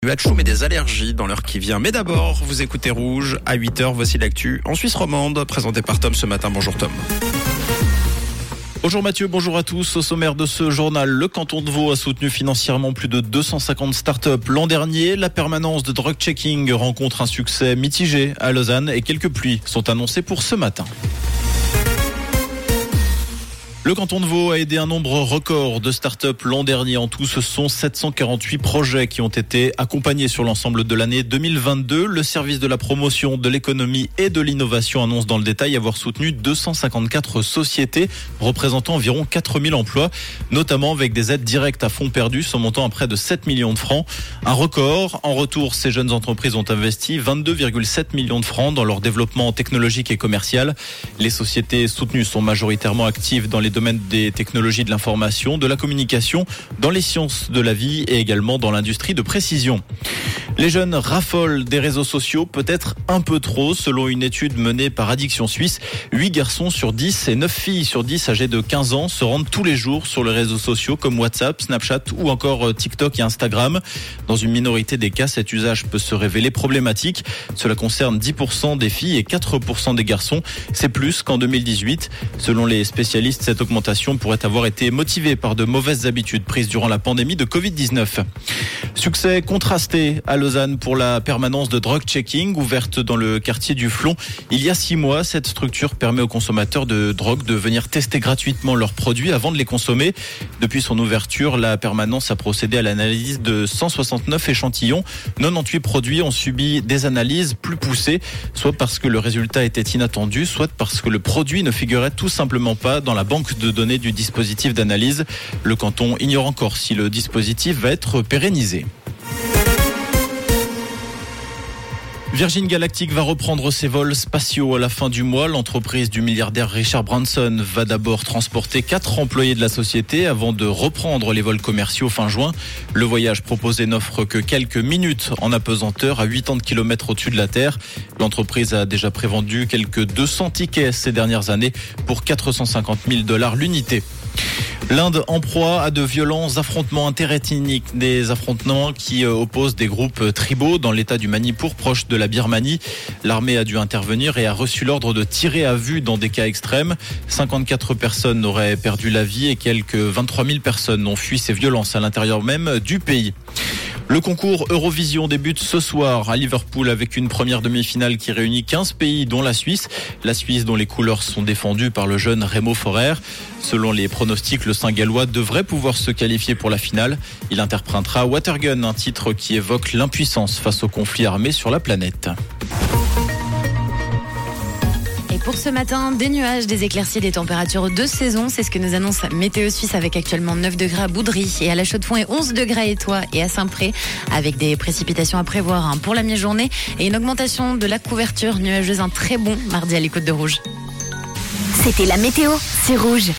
Du hachou mais des allergies dans l'heure qui vient. Mais d'abord, vous écoutez Rouge. À 8h, voici l'actu en Suisse romande, présenté par Tom ce matin. Bonjour Tom. Bonjour Mathieu, bonjour à tous. Au sommaire de ce journal, le canton de Vaud a soutenu financièrement plus de 250 startups l'an dernier. La permanence de drug checking rencontre un succès mitigé à Lausanne et quelques pluies sont annoncées pour ce matin. Le canton de Vaud a aidé un nombre record de start-up l'an dernier. En tout, ce sont 748 projets qui ont été accompagnés sur l'ensemble de l'année 2022. Le service de la promotion de l'économie et de l'innovation annonce dans le détail avoir soutenu 254 sociétés représentant environ 4000 emplois, notamment avec des aides directes à fonds perdus, son montant à près de 7 millions de francs. Un record. En retour, ces jeunes entreprises ont investi 22,7 millions de francs dans leur développement technologique et commercial. Les sociétés soutenues sont majoritairement actives dans les domaines des technologies de l'information, de la communication, dans les sciences de la vie et également dans l'industrie de précision. Les jeunes raffolent des réseaux sociaux, peut-être un peu trop, selon une étude menée par Addiction Suisse. 8 garçons sur 10 et 9 filles sur 10 âgées de 15 ans se rendent tous les jours sur les réseaux sociaux comme WhatsApp, Snapchat ou encore TikTok et Instagram. Dans une minorité des cas, cet usage peut se révéler problématique. Cela concerne 10% des filles et 4% des garçons. C'est plus qu'en 2018. Selon les spécialistes, cette augmentation pourrait avoir été motivée par de mauvaises habitudes prises durant la pandémie de Covid-19. Succès contrasté à Lausanne pour la permanence de drug checking ouverte dans le quartier du Flon. Il y a 6 mois, cette structure permet aux consommateurs de drogue de venir tester gratuitement leurs produits avant de les consommer. Depuis son ouverture, la permanence a procédé à l'analyse de 169 échantillons. 98 produits ont subi des analyses plus poussées, soit parce que le résultat était inattendu, soit parce que le produit ne figurait tout simplement pas dans la banque de données du dispositif d'analyse. Le canton ignore encore si le dispositif va être pérennisé. Virgin Galactic va reprendre ses vols spatiaux à la fin du mois. L'entreprise du milliardaire Richard Branson va d'abord transporter 4 employés de la société avant de reprendre les vols commerciaux fin juin. Le voyage proposé n'offre que quelques minutes en apesanteur à 80 km au-dessus de la Terre. L'entreprise a déjà prévendu quelques 200 tickets ces dernières années pour $450,000 l'unité. L'Inde en proie à de violents affrontements interethniques, des affrontements qui opposent des groupes tribaux dans l'état du Manipur, proche de la Birmanie. L'armée a dû intervenir et a reçu l'ordre de tirer à vue dans des cas extrêmes. 54 personnes auraient perdu la vie et quelques 23 000 personnes ont fui ces violences à l'intérieur même du pays. Le concours Eurovision débute ce soir à Liverpool avec une première demi-finale qui réunit 15 pays dont la Suisse. La Suisse dont les couleurs sont défendues par le jeune Remo Forer. Selon les pronostics, le Saint-Gallois devrait pouvoir se qualifier pour la finale. Il interprétera Watergun, un titre qui évoque l'impuissance face au conflit armé sur la planète. Pour ce matin, des nuages, des éclaircies, des températures de saison. C'est ce que nous annonce Météo Suisse avec actuellement 9 degrés à Boudry et à La Chaux-de-Fonds et 11 degrés à Étoile et à Saint-Pré avec des précipitations à prévoir pour la mi-journée et une augmentation de la couverture nuageuse. Un très bon mardi à l'écoute de Rouge. C'était la météo, c'est Rouge.